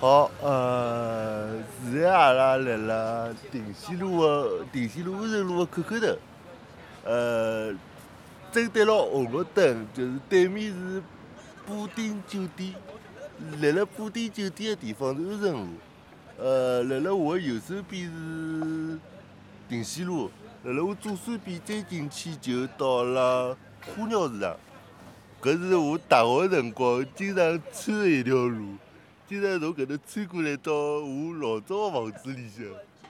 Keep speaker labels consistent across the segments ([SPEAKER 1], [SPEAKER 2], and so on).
[SPEAKER 1] 好，现在阿拉来了定西路温柔路的口口头，呃，正对牢红绿灯，就是对面是布丁酒店。来了布丁酒店的地方是安城路，来了我的右手边是定西路，来了我左手边再进去就到了花鸟市场。搿是我大学的辰光经常穿的一条路，经常从搿头穿过来到我老早的房子里向。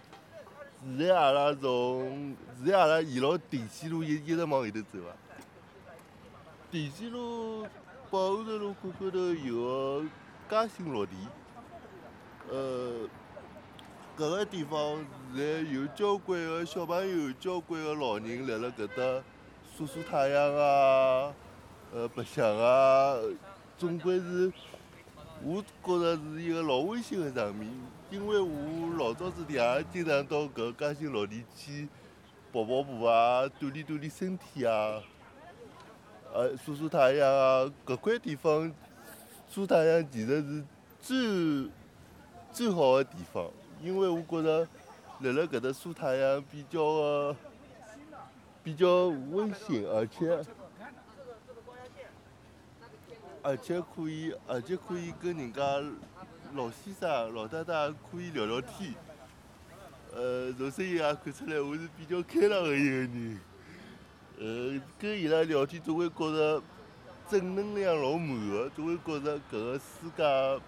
[SPEAKER 1] 现在阿拉沿牢定西路一直往前头走啊。定西路帮安城路口口头有个嘉兴绿地，搿个地方现在有交关个小朋友、交关个老人辣辣搿搭晒太阳啊，白相啊，总归是我觉着是一个老温馨的场面。因为我老早子弟也经常到搿嘉兴绿地去跑跑步啊，锻炼锻炼身体啊，晒太阳啊。搿块地方晒太阳其实是最好的地方，因为我觉着辣辣搿搭晒太阳比较温馨，而且可以跟人家老先生、老太太可以聊聊天。从声音也看出来我是比较开朗的一个人。跟伊拉聊天总会觉着正能量老满的，总会觉着搿个世界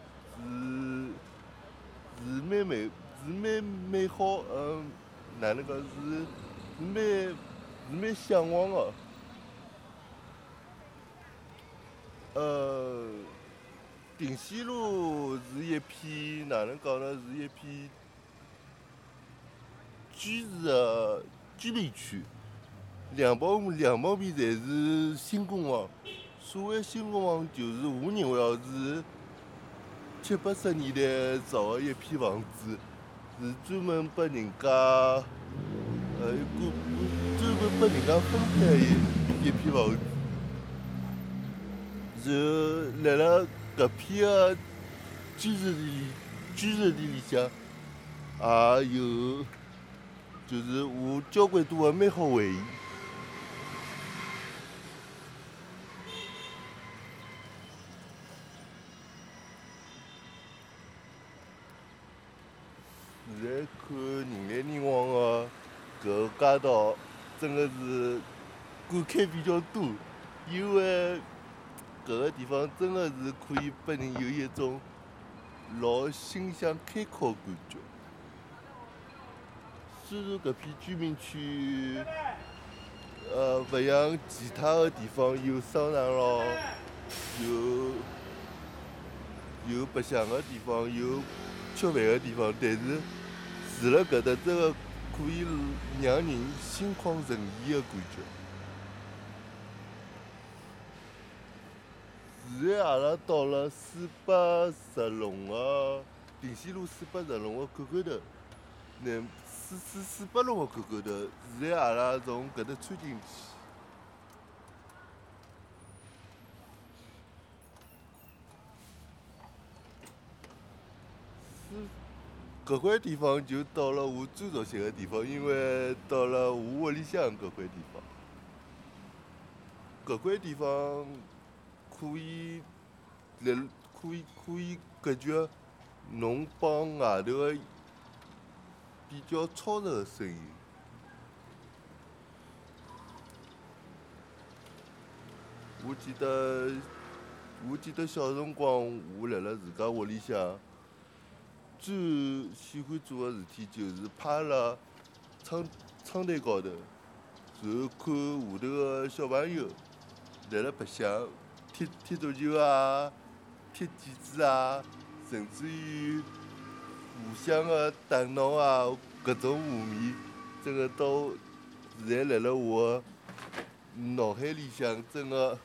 [SPEAKER 1] 是蛮美好，哪能讲是蛮向往的。定西路是一片哪能讲呢？是一片居住的居民区，两旁边侪是新公房。所谓新公房，就是我认为是70、80年代造的一批房子，是专门拨人家分配的一批房子。然后辣辣搿片的居住地里向，也有就是我交关多的美好回忆。现在看人来人往的搿个街道，真的是感慨比较多，因为搿个地方真的是可以拨人有一种老心想开阔的感觉。虽然搿片居民区，勿像其他的地方有商场咯，有白相的地方，有吃饭的地方，但是住辣搿搭真的可以让人心旷神怡的感觉。现在阿拉到了480弄定西路480弄的口口头，480弄的口口头，现在阿拉从搿搭穿进去。搿块地方就到了我最熟悉的地方，因为到了我屋里向搿块地方。搿块地方可以隔绝侬帮外头的比较嘈杂的声音。我记得小辰光，我辣辣自家屋里向最喜欢做的事体就是趴辣窗台高头，然后看下头的小朋友辣辣白相，踢足球啊，踢毽子啊，甚至于互相的打闹啊，搿种画面，真的到现在辣辣我的脑海里向，真的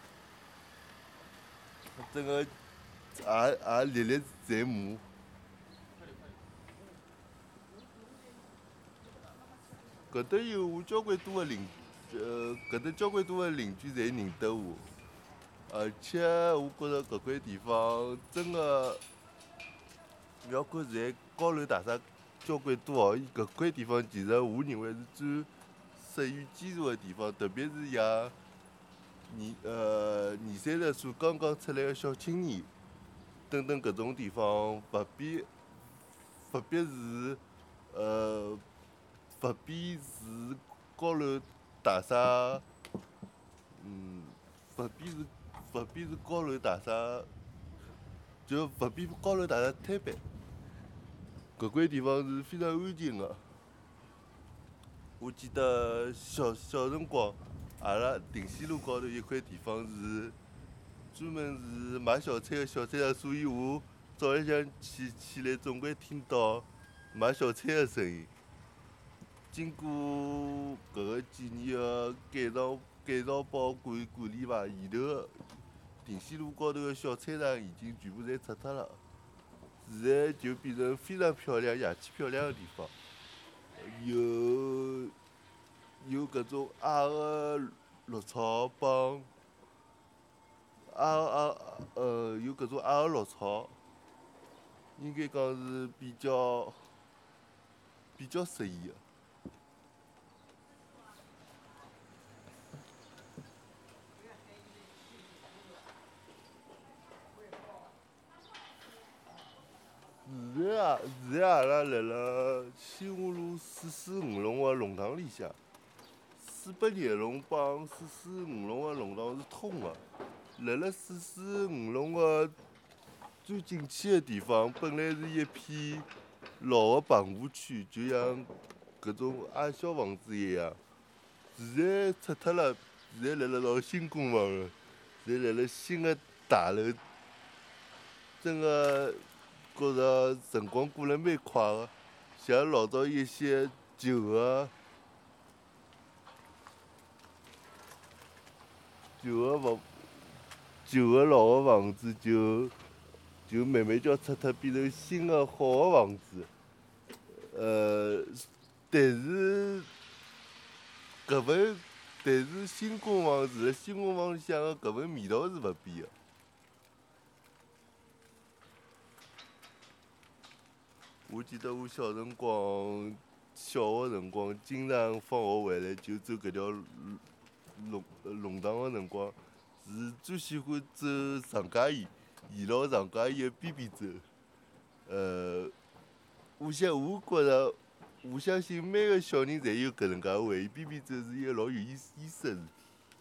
[SPEAKER 1] 也历历在目。搿搭有我交关多的搿搭交关多的邻居侪认得我，而且我觉着搿块地方真的要看现在高楼大厦交关多哦，伊搿块地方其实我认为是最适于居住的地方，特别是像二30岁刚刚出来的小青年，等等搿种地方，勿必是呃勿必是高楼大厦，嗯，勿必是高楼大厦，就勿必高楼大厦坍板。搿块地方是非常安静的。我记得小辰光，阿拉定西路高头有块地方是专门是卖小菜的小菜场，所以我早里向起来总归听到卖小菜的声音。经过搿个几年的改造包管理伐，现头个定西路高头的小菜场已经全部侪拆脱了，现在就变成非常漂亮、夜气漂亮的地方。有搿种矮个绿草帮有搿种矮个绿草，应该讲是比较适宜个。现在阿拉辣辣新华路445弄个弄堂里向，400廿弄帮445弄个弄堂是通个。辣辣445弄个最进去的地方，本来是一片老的棚户区，就像搿种矮小房子一样。现在拆脱了，现在辣辣造新公房了，现在辣辣新的大楼，真个觉着辰光过了蛮快的，像老早一些旧的老的房子就慢慢叫拆脱，变成新的好的房子。但是搿份，但是新公房住辣新公房里向的搿份味道是勿变的。我记得我小辰光，小学辰光，经常放学回来就走搿条弄堂的辰光，是最喜欢走长街沿牢长街沿的边边走。我觉着，我相信每个小人侪有搿能介的回忆。边边走是一个老有意思的事体。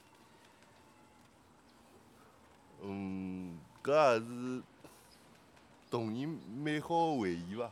[SPEAKER 1] 搿也是童年美好的回忆伐。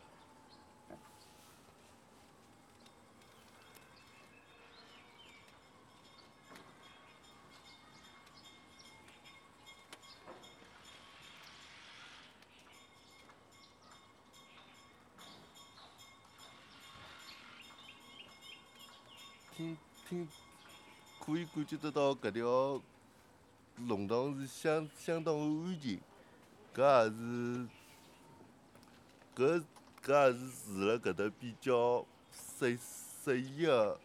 [SPEAKER 1] 听可以感觉得到搿条弄堂是相当的安静，搿也是住辣搿搭比较适宜的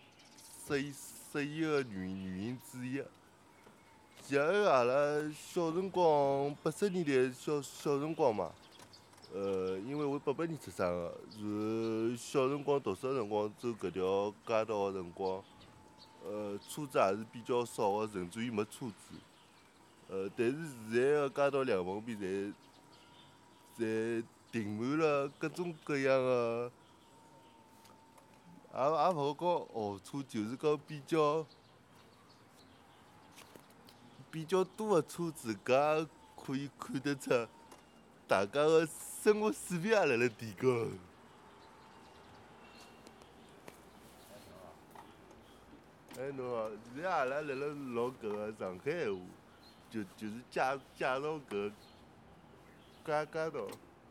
[SPEAKER 1] 原因之一。像阿拉小辰光80年代小辰光嘛，因为我88年出生的，然后小辰光读书的辰光走搿条街道的辰光，车子也是比较少的，甚至于没车子。但是现在的街道两旁边侪停满了各种各样的，也勿好讲豪车，就是讲比较多的车子，搿也可以看得出大家的生活水平也辣辣提高。侬好，现在阿拉辣辣录搿个上海闲话，就是介绍搿街道。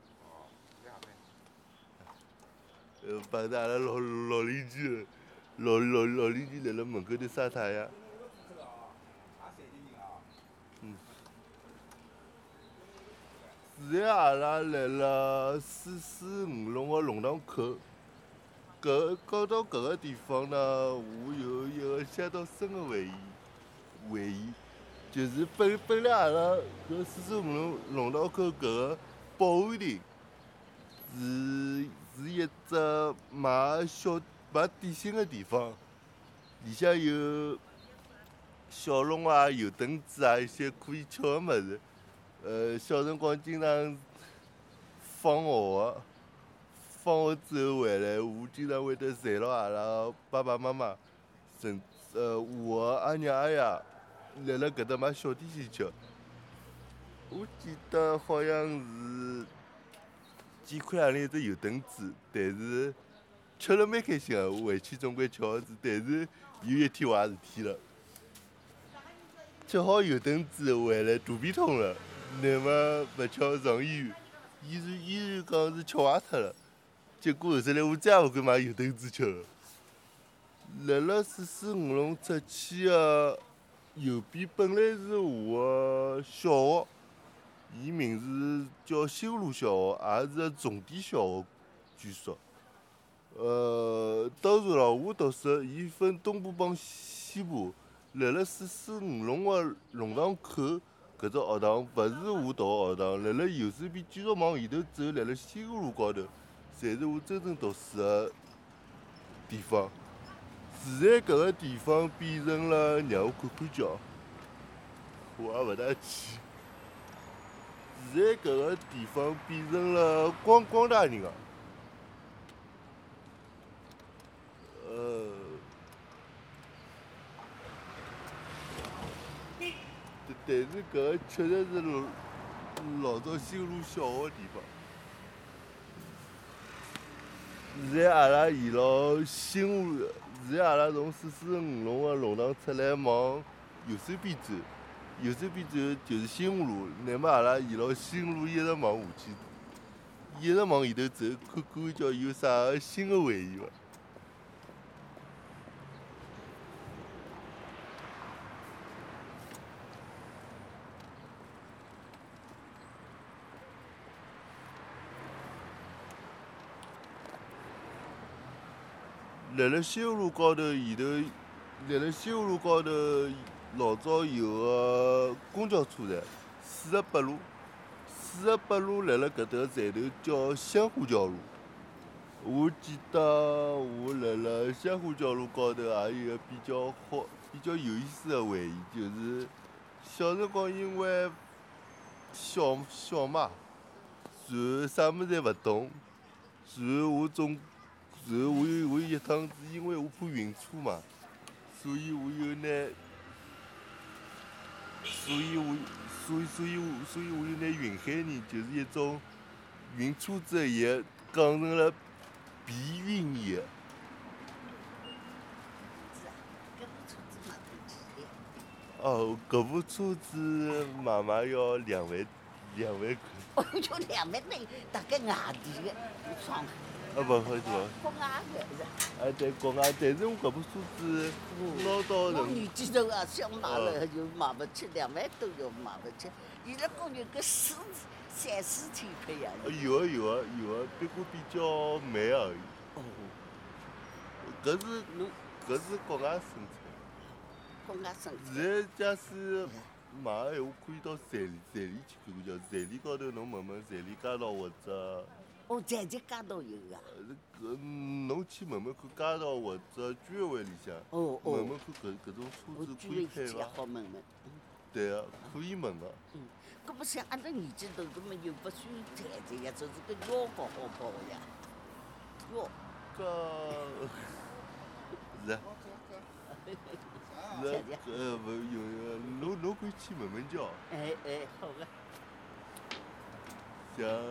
[SPEAKER 1] 碰着阿拉老邻居，老邻居辣辣门口头晒太阳。现在阿拉辣辣445弄个弄堂口，讲到搿个地方呢，我有一个相当深的回忆，就是本来阿拉搿445弄堂口搿个保安亭是一只卖点心的地方，里向有小笼啊、油灯子啊，一些可以吃的物事。小辰光经常放学的，放学之后回来，我经常会得缠牢阿拉爸爸妈妈，我的阿娘阿爷来了搿搭买小点心吃。我记得好像是几块洋钿一只油灯子，但是吃了蛮开心的。回去总归吃好子，但是有一天坏事体了，吃好油灯子回来肚皮痛了，乃末勿巧上医院，医院讲是吃坏脱了。结果后头来我再也勿敢买油灯子吃了。辣辣445路出去的右边本来是我的小学，伊名字叫新路小学，也是个重点小学，据说。当然了，我读书，伊分东部帮西部。辣辣445路的龙塘口搿只学堂，勿是我读的学堂。辣辣右手边继续往前头走，辣辣新河路高头，侪是我真正读书的地方。现在搿个地方变成了让我看看桥，我也勿大去。现在搿个地方变成了光大人个，但是搿个确实是老早新路小学的地方。现在阿拉沿牢新路，现在阿拉从445路的龙塘出来往右手边走，右手边走就是新河路，乃末阿拉沿牢新河路一直往下去，一直往前头走，看看叫有啥个新的回忆伐。辣辣新河路高头前头，辣辣新河路高头老早有个公交车站，48路。48路辣辣搿搭个站头叫香花桥路。我记得我辣辣香花桥路高头也有一个比较有意思的回忆，就是小辰光因为小嘛，然后啥物事侪勿懂，然后我有一趟子因为我怕晕车嘛，所以我有拿，所以我有拿云海泥，就是一种晕车子的液，讲成了避孕液。哦，搿部车子买卖要2万块。
[SPEAKER 2] 哦，就2万块，大概外地的，上海。
[SPEAKER 1] 勿好意思哦。
[SPEAKER 2] 国外的是。
[SPEAKER 1] 对，国外，但是我搿部车子拿到
[SPEAKER 2] 我年纪大啊，想买了就买勿起，2万多就买勿起。现在公园搿3-4千块呀。
[SPEAKER 1] 有个，不过比较慢而已。
[SPEAKER 2] 哦。
[SPEAKER 1] 搿是国外生产。
[SPEAKER 2] 国外生产。
[SPEAKER 1] 现在假使买个闲话，可以到站里去看看叫，站里高头侬问站里街道或者。
[SPEAKER 2] 哦，站前街道有个。
[SPEAKER 1] 侬去问看街道或者居委会里向，问看搿种车子可以开伐？
[SPEAKER 2] 好问。
[SPEAKER 1] 对个，可以问个。
[SPEAKER 2] 搿不像阿拉年纪大，搿么又不算站前呀，就是个腰高好跑呀。腰。
[SPEAKER 1] 是啊。勿用，侬可以去问叫。
[SPEAKER 2] 好个。
[SPEAKER 1] 像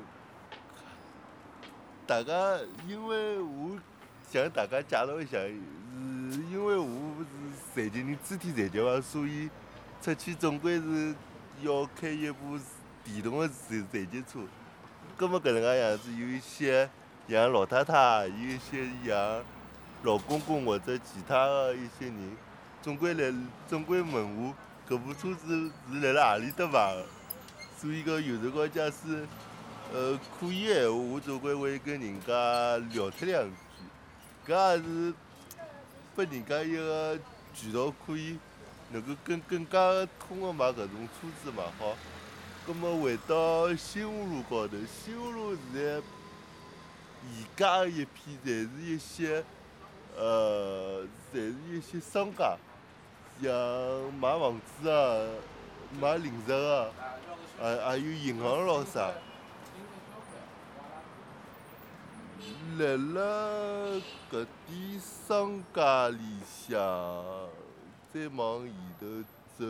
[SPEAKER 1] 大家，因为我向大家介绍一下，是因为我是残疾人，肢体残疾嘛，所以出去总归是要开一部电动的残疾车。葛末搿能介样子，有一些像老太太，有一些像老公公或者其他的一些人，总归问我搿部车子是辣辣何里搭买的。所以讲有辰光假使可以的闲话，我总归会跟人家聊脱2句，搿也是拨人家一个渠道，可以能够更加通个买搿种车子嘛好。葛末回到新河路高头，新河路现在宜家的一片，侪是一些商家，像卖房子啊、卖零食啊，还有银行咯啥。辣辣搿点商家里向，再往前头走，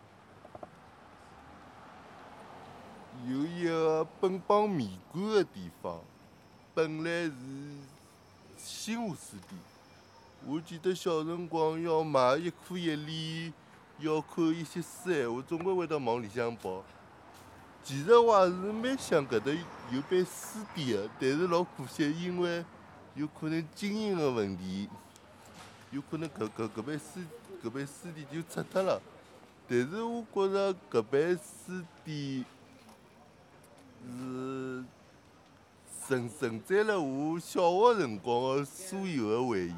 [SPEAKER 1] 有一个本帮面馆的地方，本来是新华书店。我记得小辰光要买一颗一粒，要看一些书闲话，总归会得往里向跑。其实我也是蛮想搿搭有爿书店的，但是老可惜，因为有可能经营的问题，有可能搿爿书店就拆脱了。但是我觉着搿爿书店是承载了我小学辰光的所有的回忆。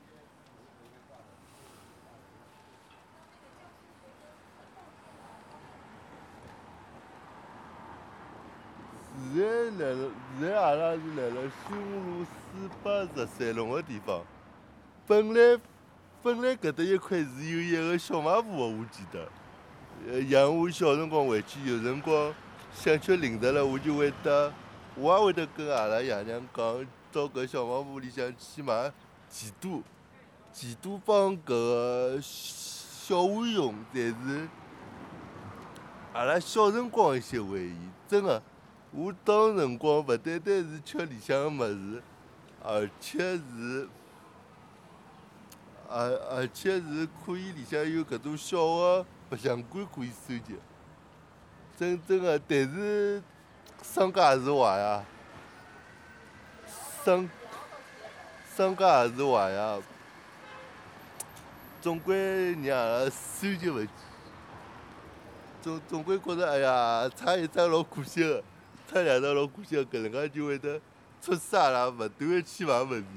[SPEAKER 1] 现在阿拉是辣辣新华路483弄个地方。本来搿搭一块是有一个小卖部的，我记得。像我小辰光回去有辰光想吃零食了，我也会得跟阿拉爷娘讲，到搿小卖部里向去买几多帮搿个小浣熊，侪是阿拉小辰光一些回忆。真的，我当辰光勿单单是吃里向个物事，而且是可以里向有搿种小个白相馆可以收集。真的，但是商家也是坏呀，商家也是坏呀，总归让阿拉收集勿起。总归觉着哎呀，差一张老可惜个，差两张老可惜个，搿能介就会得促使阿拉勿断个去买物事。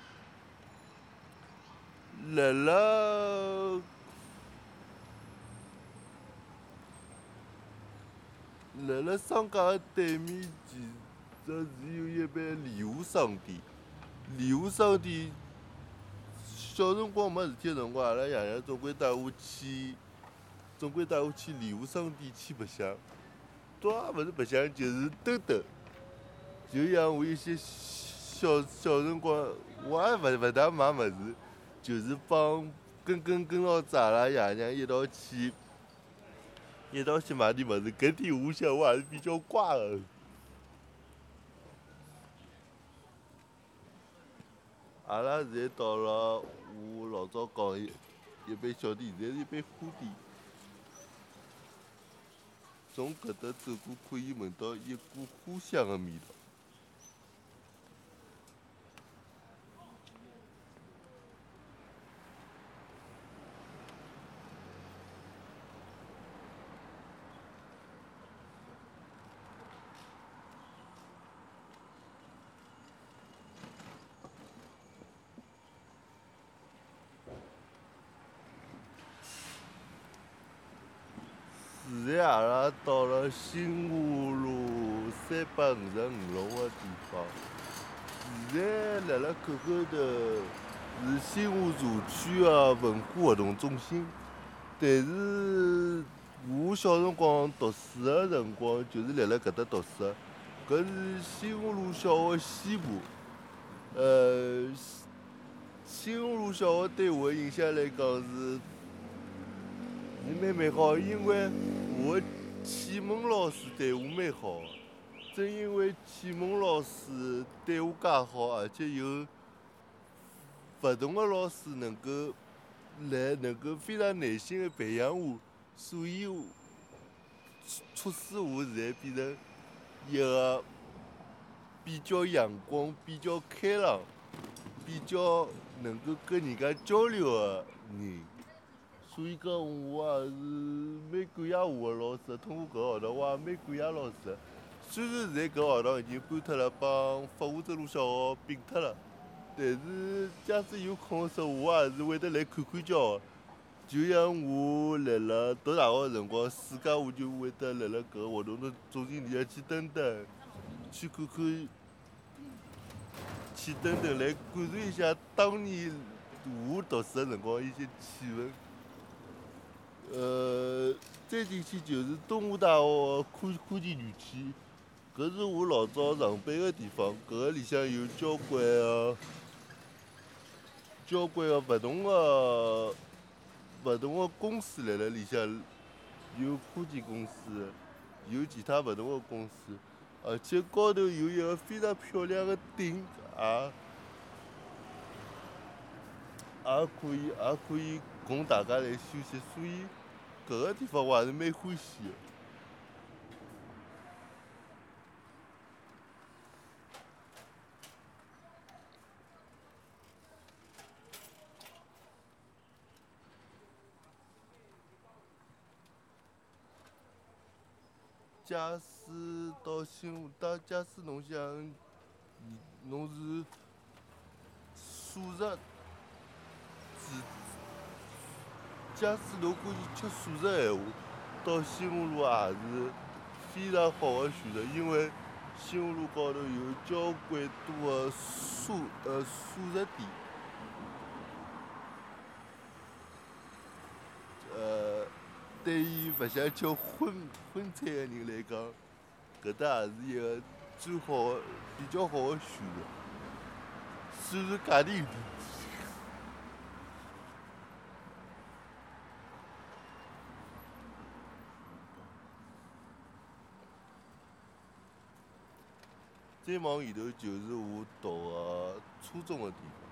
[SPEAKER 1] 辣辣商家个对面，其实是有一爿礼物商店。礼物商店，小辰光没事体个辰光，阿拉爷娘总归带我去礼物商店去白相。倒也勿是白相，就是兜兜。就像我有些小辰光，我也勿大买物事，就是跟牢着阿拉爷娘一道去买点物事。搿点我想我还是比较乖个。阿拉现在到了我老早讲一爿小店，现在是一爿花店。从搿搭走过，可以闻到一股花香的味道。现在阿拉到了新华路355弄个地方。现在辣辣口头是新华社区个文化活动中心，但是我小辰光读书个辰光就是辣辣搿搭读书个。搿是新华路小学西部。新华路小学对我个印象来讲是蛮美好，因为我的启蒙老师对我蛮好个。正因为启蒙老师对我介好，而且有勿同个老师能够非常耐心个培养我，所以促使我现在变成一个比较阳光、比较开朗、比较能够跟人家交流个人。所以讲，我也是蛮感谢我个老师。通过搿个学堂，我也蛮感谢老师。虽然现在搿学堂已经搬脱了，帮法华洲路小学并脱了，但是假使有空个时候，我也是会得来看看叫个。就像我辣辣读大学个辰光，暑假我就会得辣辣搿个活动中心里向去登登，去看看去等等来感受一下当年我读书的辰光一些气氛。再进去就是东吴大学科技园区，搿是我老早上班的地方。搿个里向有交关个勿同个公司辣辣里向，有科技公司，有其他勿同个公司，而且高头有一个非常漂亮的顶，也可以供大家来休息，所以搿个地方我还是蛮欢喜的。假使到新华，假使侬是素食，假使侬欢喜吃素食的闲话，到新华路也是非常好的选择，因为新华路高头有交关多的素食店。对于勿想吃荤菜的人来讲，搿搭也是一个比较好的选择。虽然价钿有点贵。再往前头就是我读的初中的地方。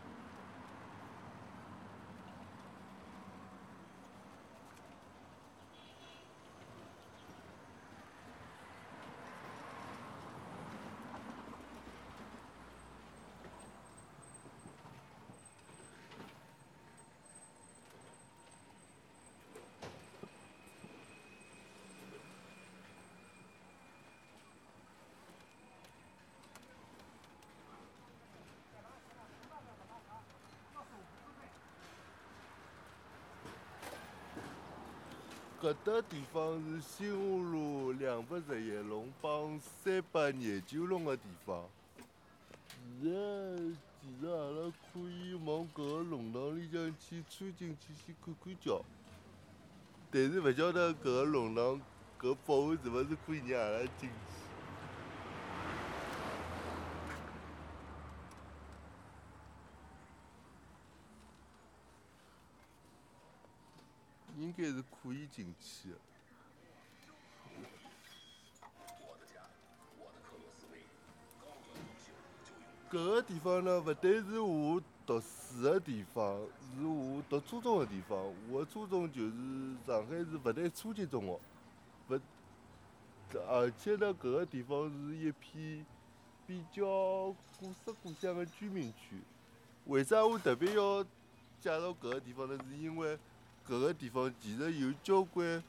[SPEAKER 1] 搿搭地方是新华路211弄帮300研究弄的地方。现在其实阿拉可以往搿个弄堂里向去穿进去先看看叫，但是勿晓得搿个弄堂搿保安是勿是可以让阿拉进去。应该是可以进去的。搿个地方呢，勿但是我读书的地方，是我读初中的地方。我的初中就是上海市复旦初级中学，而且呢，搿个地方是一片比较古色古香的居民区。为啥我特别要介绍搿个地方呢？是因为搿个地方其实有交关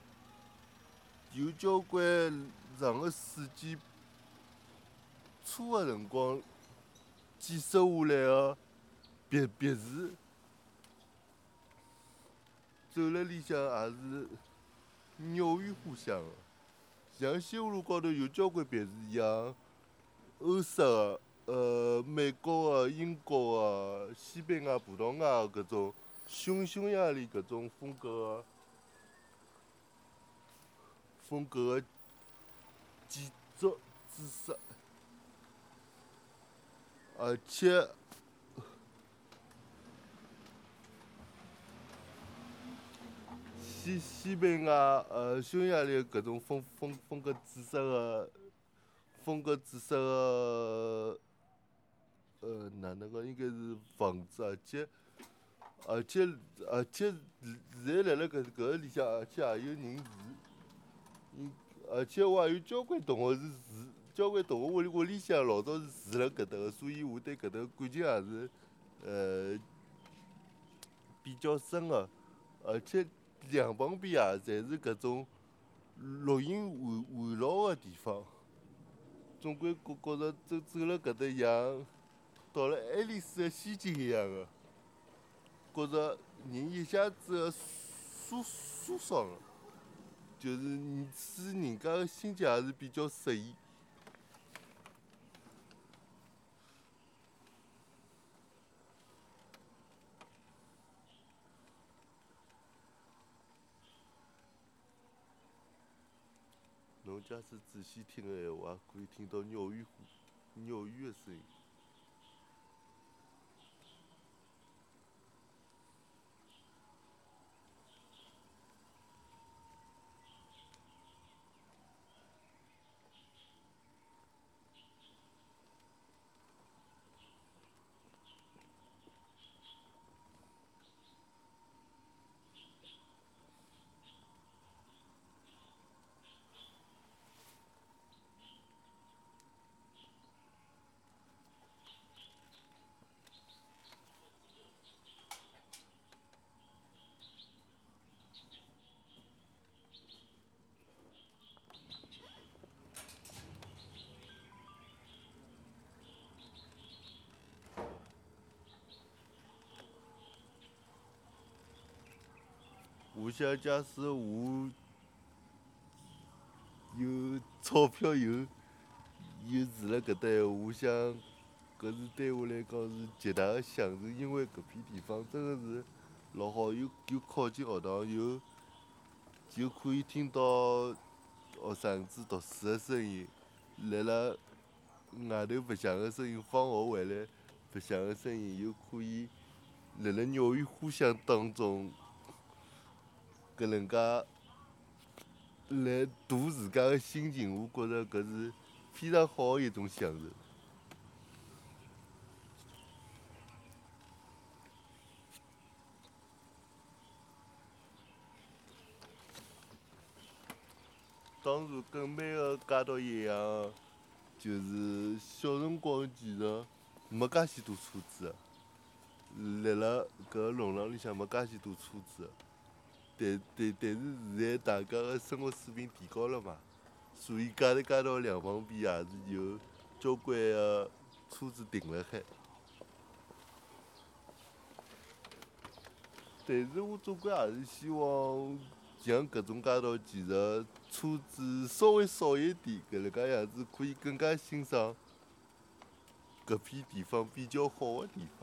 [SPEAKER 1] 上个世纪初的辰光建设下来的别墅，走辣里向也是鸟语花香的。像新华路高头有交关别墅一样，欧式的、美国的、英国的、西班牙、葡萄牙的搿种匈牙利搿种风格的建筑姿势，而且西班牙、匈牙利搿种风格紫色的，哪能讲？应该是房子，而且现在辣辣搿个里向，而且也有人住。而且我也有交关同学屋里向老早是住辣搿搭个，所以我对搿搭感情也是比较深个。而且两旁边也侪是搿种绿荫环绕个地方，总归觉着走辣搿搭像到了爱丽丝的仙境一样个，觉着人一下子个舒爽个，就是使人家个心情也是比较适宜。 侬假使仔细听个闲话，可以听到鸟语个声音。我想，假使我有钞票有住辣搿搭闲话，我想搿是对我来讲是极大个享受，因为搿片地方真个是老好，又靠近学堂，又可以听到学生子读书个声音，辣辣外头白相个声音，放学回来白相个声音，又可以辣辣鸟语花香当中，搿能介来度自家个心情，我觉着搿是非常好个一种享受。当然，跟每个街道一样，就是小辰光其实没介许多车子个，辣辣搿个弄堂里向没介许多车子个。但是现在大家个生活水平提高了嘛，所以街道两旁边也是有交关个车子停辣海。但是我总归也是希望，像搿种街道，其实车子稍微少一点，搿能介样子可以更加欣赏搿片地方比较好个地方。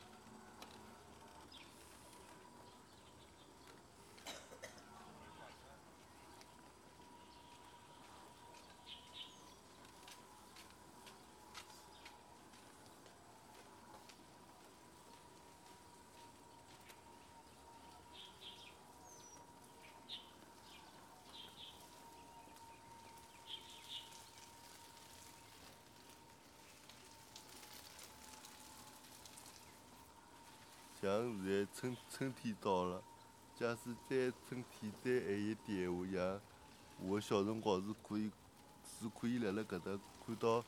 [SPEAKER 1] 像现在春天到了，假使再春天再晚一点闲话，像我个小辰光是可以辣辣搿搭看到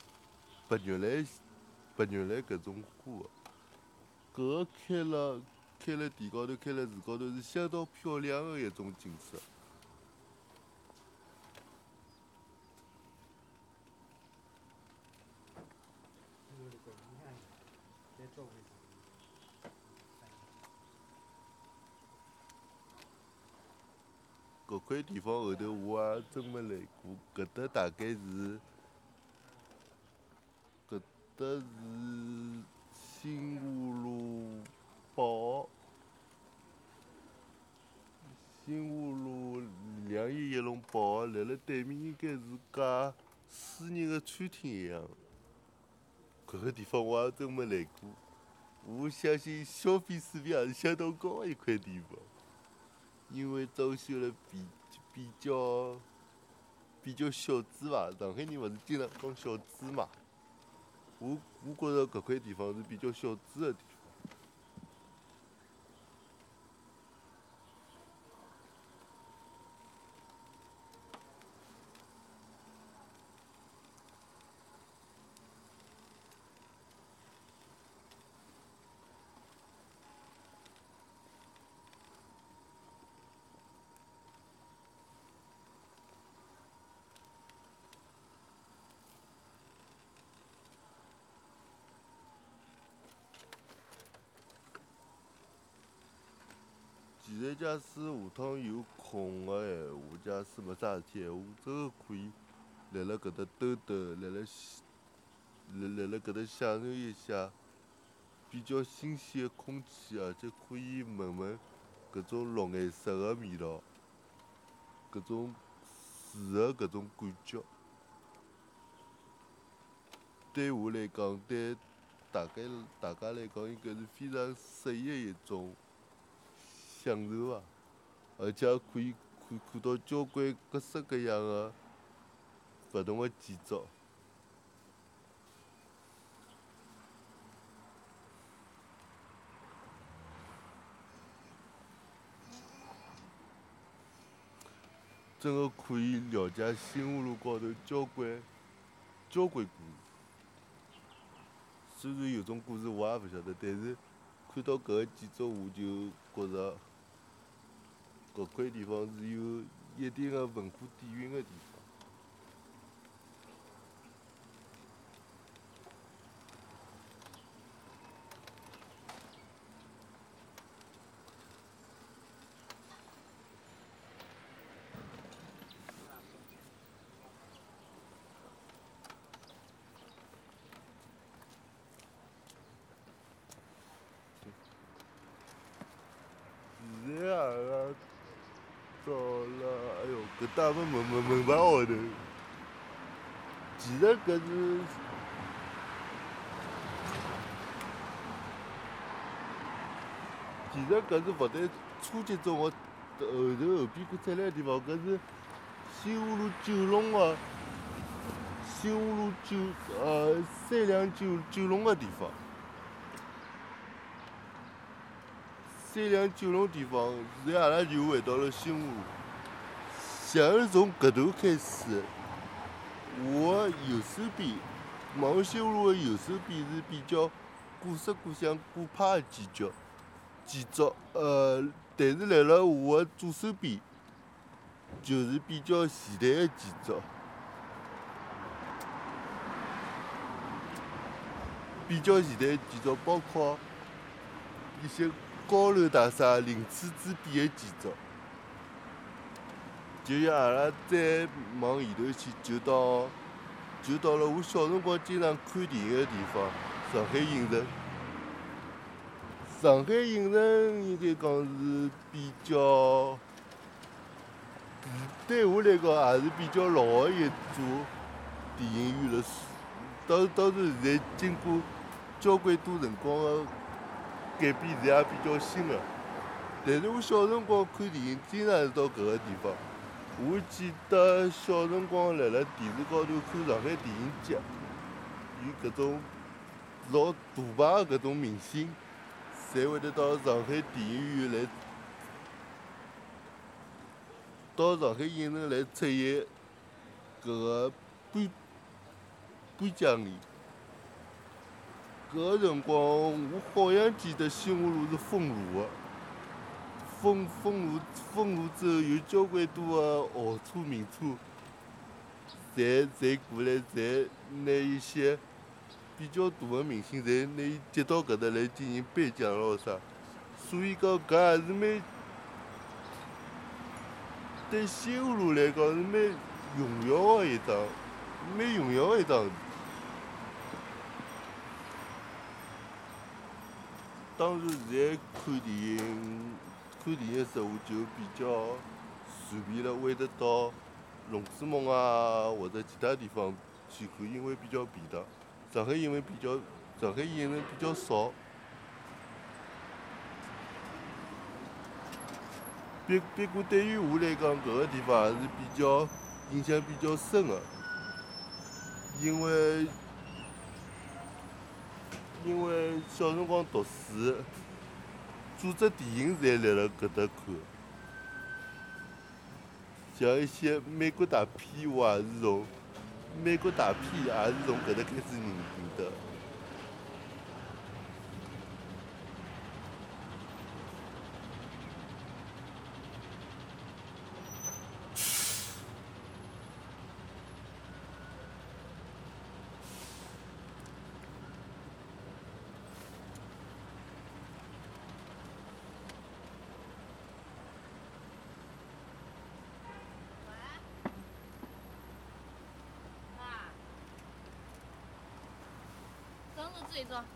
[SPEAKER 1] 白玉兰搿种花个。搿个开了地高头，开了树高头是相当漂亮个一种景色。搿块地方后头我也真没来过，搿搭大概是新湖路8号，新湖路211弄8号，辣辣对面应该是家私人个餐厅一样。搿个地方我也真没来过，我相信消费水平也是相当高个一块地方，因为装修了比较小资伐，上海人勿是经常讲小资嘛。我觉着搿块地方是比较小资个地方。其实假使下趟有空个闲话，假使没啥事体闲话，真个可以辣辣搿搭兜兜，辣辣搿搭享受一下比较新鲜个空气，而且可以闻闻搿种绿颜色个味道，搿种住的搿种感觉，对我来讲，对大家来讲，应该是非常适宜的一种享受吧。而且可以看到交关各式各样的勿同的建筑。真的可以了解新河路高头交关故事。虽然有种故事我也勿晓得，但是看到搿个建筑我就觉着搿块地方是有一定的文化底蕴的地方。现在阿拉到了，哎哟，搿大门牌号头。其实搿是，勿对初级中学后边过出来的地方，搿是新河路329弄个地方。329弄地方，现在阿拉就回到了新河路。像是从搿头开始，我的右手边，望新河路的右手边是比较古色古香、古派的建筑，但是辣辣我的左手边，就是比较现代的建筑。包括一些高楼大厦、鳞次栉比的建筑。就像阿拉再往前头去，就到了我小辰光经常看电影的地方——上海影城。上海影城应该讲是比较，对我来讲也是比较老的一座电影院了。当然，现在经过交关多辰光的改变，现在也比较新了。但是我小辰光看电影，经常是到搿个地方。我记得小辰光辣辣电视高头看上海电影节，有搿种老大牌的搿种明星，侪会得到上海电影院来，到上海影城来出演搿个颁奖礼。搿个辰光，我好像记得新河路是封路的。封路之后，有交关多的豪车、名车，侪过来，侪拿一些比较大的明星，侪拿伊接到搿搭来进行颁奖咯啥。所以讲，搿也是对新河路来讲是蛮荣耀的一桩事体。当然，现在看电影的时候就比较随便了，会得到龙之梦啊或者其他地方去看，因为比较便当。上海影城比较少。不过对于我来讲，搿个地方也是比较印象比较深的，因为小辰光读书，做只电影侪辣辣搿搭看。像一些美国大片，我也是从搿搭开始认得。
[SPEAKER 3] 自己做。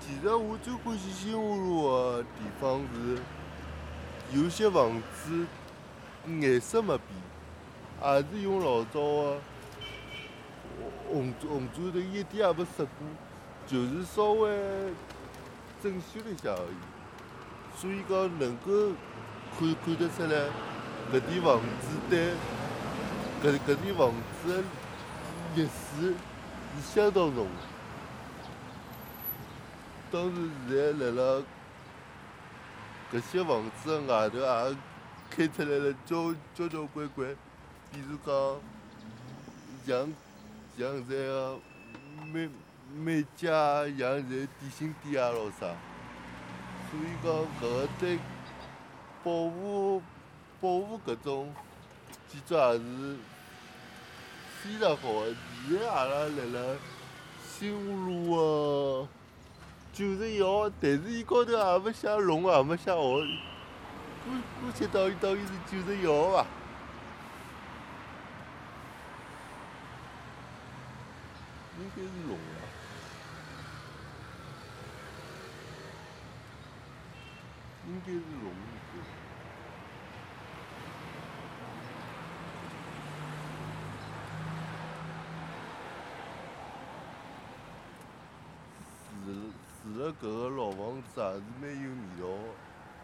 [SPEAKER 1] 其实我最欢喜新华路的地方是，有些房子颜色没变，也是用老早的红砖头，一点也没蚀过，就是稍微整修了一下而已。所以讲能够看得出来，搿点房子对搿点房子的历史是相当浓的。当然，现在辣辣搿些房子的外头也开出来了交关，比如讲像现在个美家，像现在点心店啊咾啥，所以讲搿个对保护搿种建筑也是非常好的。现在阿拉辣辣新华路个90号，但是伊高头也没写弄，也没写号，姑且当伊是91号伐。应该是弄的，应该是弄的。住了搿个老房子也是蛮有味道的。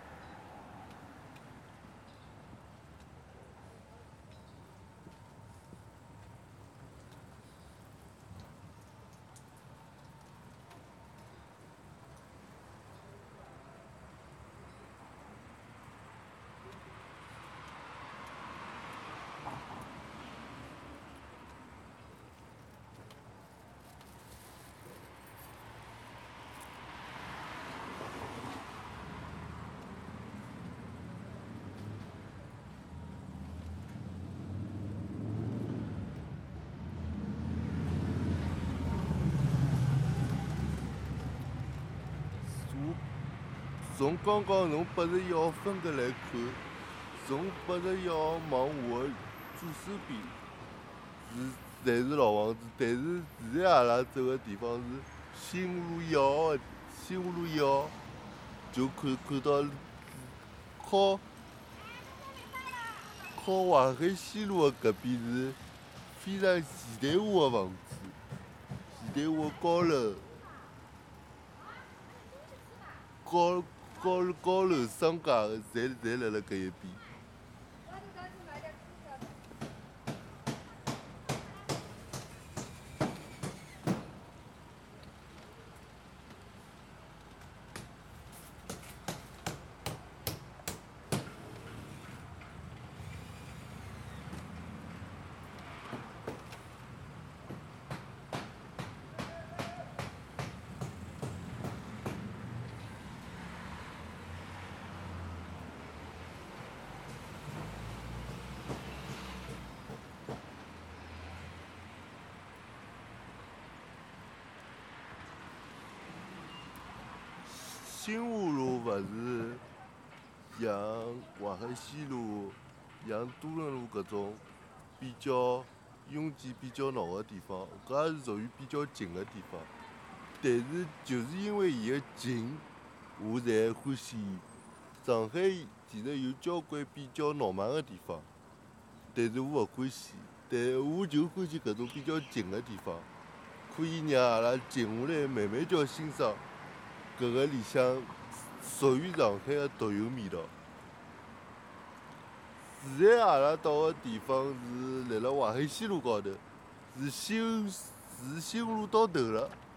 [SPEAKER 1] 从刚刚从81号分隔来看，从81号往下的左手边侪是老房子，但是现在阿拉走的地方是新华路1号，就看到靠淮海西路的搿边是非常现代化的房子，现代化高楼。高楼商家的，侪辣辣搿一边。新华路勿是像淮海西路、像多伦路搿种比较拥挤、比较闹的地方，搿也是属于比较静的地方。但是就是因为伊个静，我才欢喜伊。上海其实有交关比较闹蛮的地方，但是我勿欢喜。但我就欢喜搿种比较静的地方，可以让阿拉静下来，慢慢叫欣赏搿个里向属于上海的独有味道。现在阿拉到的地方是辣辣淮海西路高头，是新华路到头了。